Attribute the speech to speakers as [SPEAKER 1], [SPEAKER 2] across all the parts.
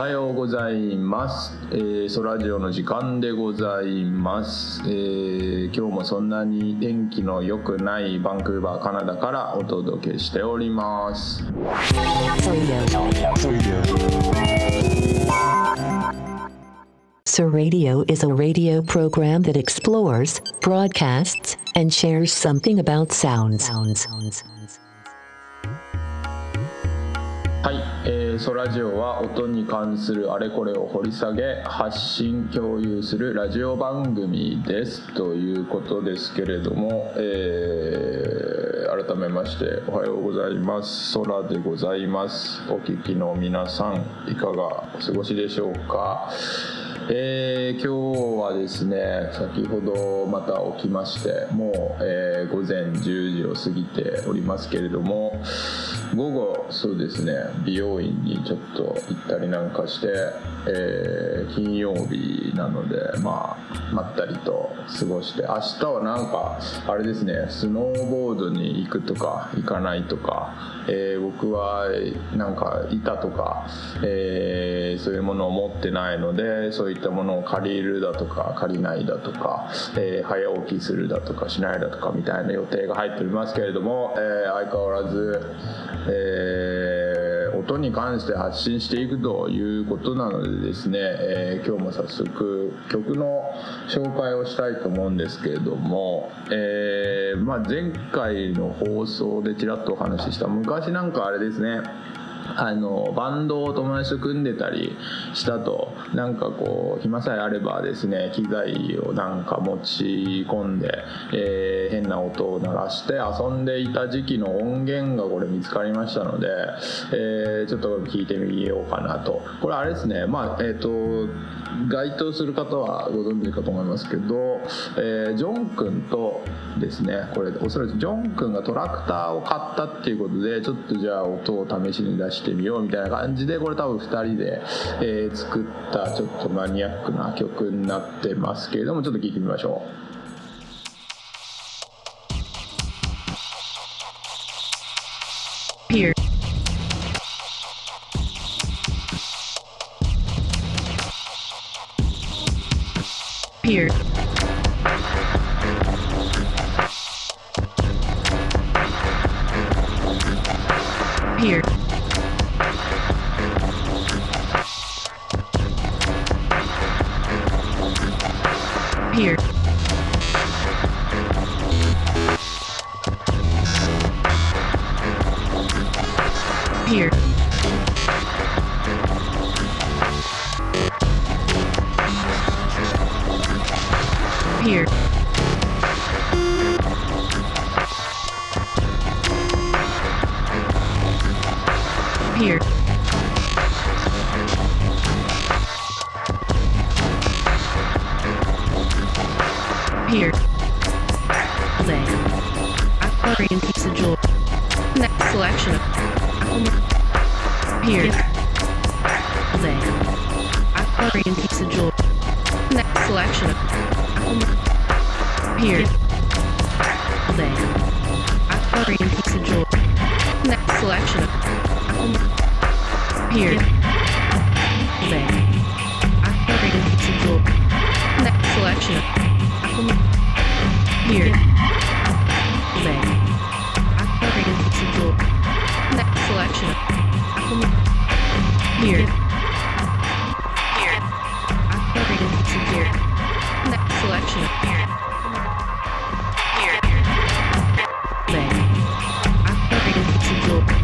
[SPEAKER 1] はようございます。ソラジオの時間でございます。今日もそんなに天気の良くないバンクーバーカナダからお届けしております。
[SPEAKER 2] So Radio is a radio program that explores, broadcasts, and shares something about sounds.
[SPEAKER 1] はい、ソラジオは音に関するあれこれを掘り下げ発信共有するラジオ番組ですということですけれども、改めましておはようございます。ソラでございます。お聞きの皆さんいかがお過ごしでしょうか。今日はですね、先ほどまた起きましてもう、午前10時を過ぎておりますけれども、午後そうですね、美容院にちょっと行ったりなんかして、金曜日なのでまったりと過ごして、明日はなんかあれですね、スノーボードに行くとか行かないとか、僕はなんか板とか、そういうものを持ってないので、そういったものを借りるだとか借りないだとか、早起きするだとかしないだとかみたいな予定が入っておりますけれども、相変わらず、音に関して発信していくということなのでですね、今日も早速曲の紹介をしたいと思うんですけれども、前回の放送でちらっとお話しした、昔なんかあれですね、バンドを友達と組んでたりしたと、なんかこう暇さえあればですね、機材をなんか持ち込んで、変な音を鳴らして遊んでいた時期の音源がこれ見つかりましたので、ちょっと聞いてみようかなと。これあれですね、該当する方はご存知かと思いますけど、ジョン君とですね、これおそらくジョン君がトラクターを買ったっていうことで、ちょっとじゃあ音を試しに出してみようみたいな感じで、これ多分2人で、作ったちょっとマニアックな曲になってますけれども、ちょっと聴いてみましょう。
[SPEAKER 3] Here. Here. Here. Here. Here. Here. Here. Here. Play. Aquarium piece of jewelry. Next selection. Here. Play. Aquarium piece of jewelry. Next selection. Here. Play. Aquarium piece of jewelry. Next selection. Here. Play. Aquarium piece of jewelry. Next selection. Here. Play. Aquarium piece of jewelry. Next selection. Here. Here. Aquarium piece of jewelry. Next selection. Here. Play. Aquarium piece of jewelry.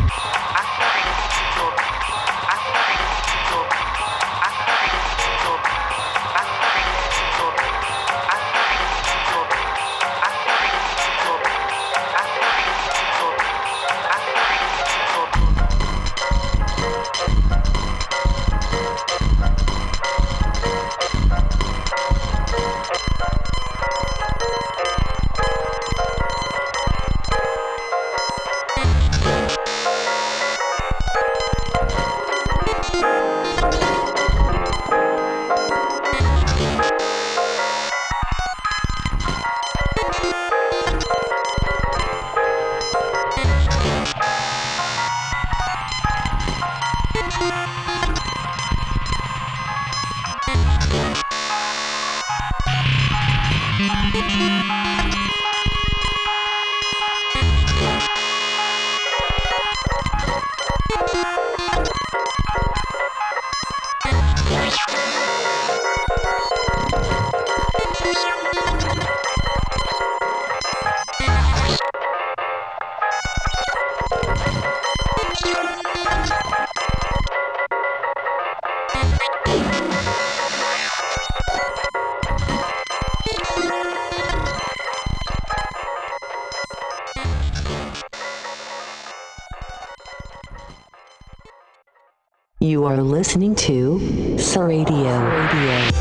[SPEAKER 2] You are listening to Saradio.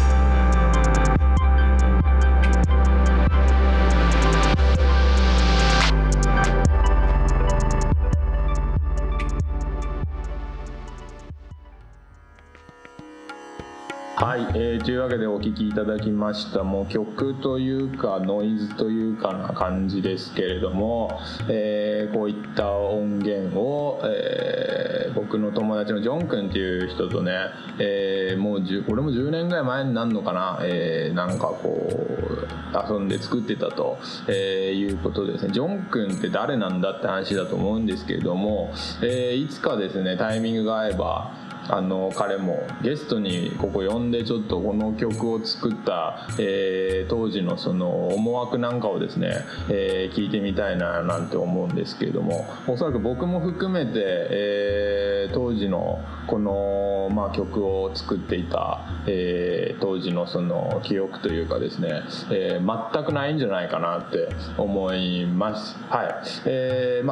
[SPEAKER 1] はい、というわけでお聴きいただきましたもう曲というかノイズというかな感じですけれども、こういった音源を、僕の友達のジョン君っていう人とね、もう俺も10年ぐらい前になるのかな、なんかこう遊んで作ってたと、いうことですね。ジョン君って誰なんだって話だと思うんですけれども、いつかですねタイミングが合えば彼もゲストにここ呼んでちょっとこの曲を作った、当時のその思惑なんかをですね、聞いてみたいななんて思うんですけれども、おそらく僕も含めて、当時のこの、曲を作っていた、当時のその記憶というかですね、全くないんじゃないかなって思います。はい、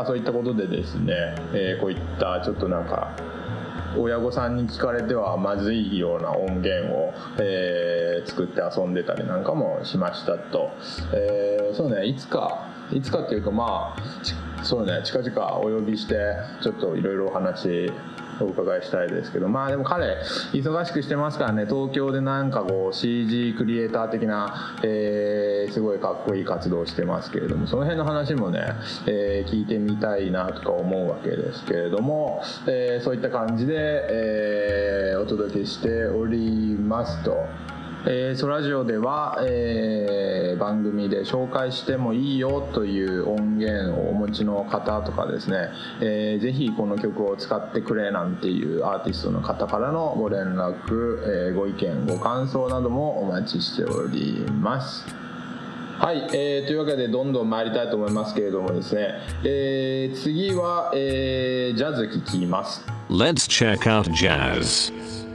[SPEAKER 1] そういったことでですね、こういったちょっとなんか親御さんに聞かれてはまずいような音源を、作って遊んでたりなんかもしましたと、そうねいつかっていうかそうね近々お呼びしてちょっといろいろお話お伺いしたいですけど、でも彼忙しくしてますからね。東京でなんかこう CG クリエイター的な、すごいかっこいい活動をしてますけれども、その辺の話もね、聞いてみたいなとか思うわけですけれども、そういった感じで、お届けしておりますと。ソラジオでは、番組で紹介してもいいよという音源をお持ちの方とかですね、ぜひこの曲を使ってくれなんていうアーティストの方からのご連絡、ご意見ご感想などもお待ちしております。はい、というわけでどんどん参りたいと思いますけれどもですね、次は、ジャズ聴きます。
[SPEAKER 4] Let's check out jazz.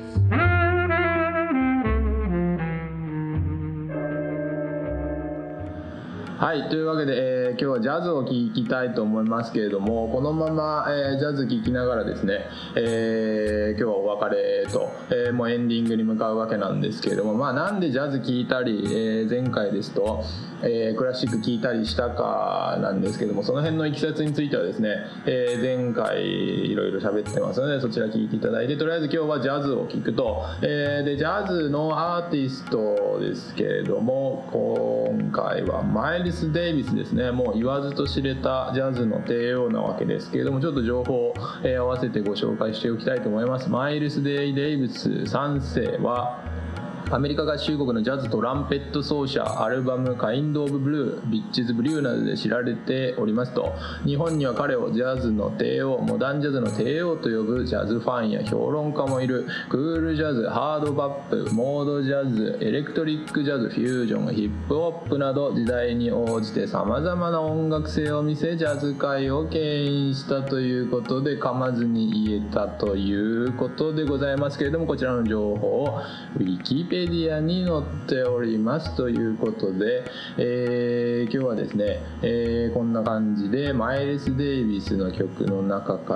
[SPEAKER 1] はい、というわけで、今日はジャズを聴きたいと思いますけれども、このまま、ジャズ聴きながらですね、今日はお別れと、もうエンディングに向かうわけなんですけれども、なんでジャズ聴いたり、前回ですと、クラシック聴いたりしたかなんですけども、その辺のいきさつについてはですね、前回いろいろ喋ってますのでそちら聴いていただいて、とりあえず今日はジャズを聴くと、でジャズのアーティストですけれども、今回はマイルス・デイビスですね。もう言わずと知れたジャズの帝王なわけですけれども、ちょっと情報を、合わせてご紹介しておきたいと思います。マイルス・デイビス3世はアメリカ合衆国のジャズトランペット奏者、アルバムカインド・オブ・ブルー、ビッチズ・ブリューなどで知られておりますと、日本には彼をジャズの帝王、モダンジャズの帝王と呼ぶジャズファンや評論家もいる。クールジャズ、ハードバップ、モードジャズ、エレクトリックジャズ、フュージョン、ヒップホップなど時代に応じて様々な音楽性を見せ、ジャズ界を牽引したということで噛まずに言えたということでございますけれども、こちらの情報をウィキペディアに載っておりますということで、今日はですね、こんな感じでマイルス・デイビスの曲の中から、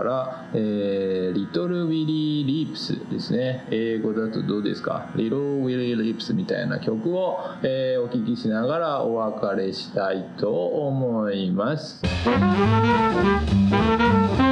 [SPEAKER 1] リトル・ウィリー・リープスですね。英語だとどうですか、リトル・ウィリー・リープスみたいな曲を、お聴きしながらお別れしたいと思います。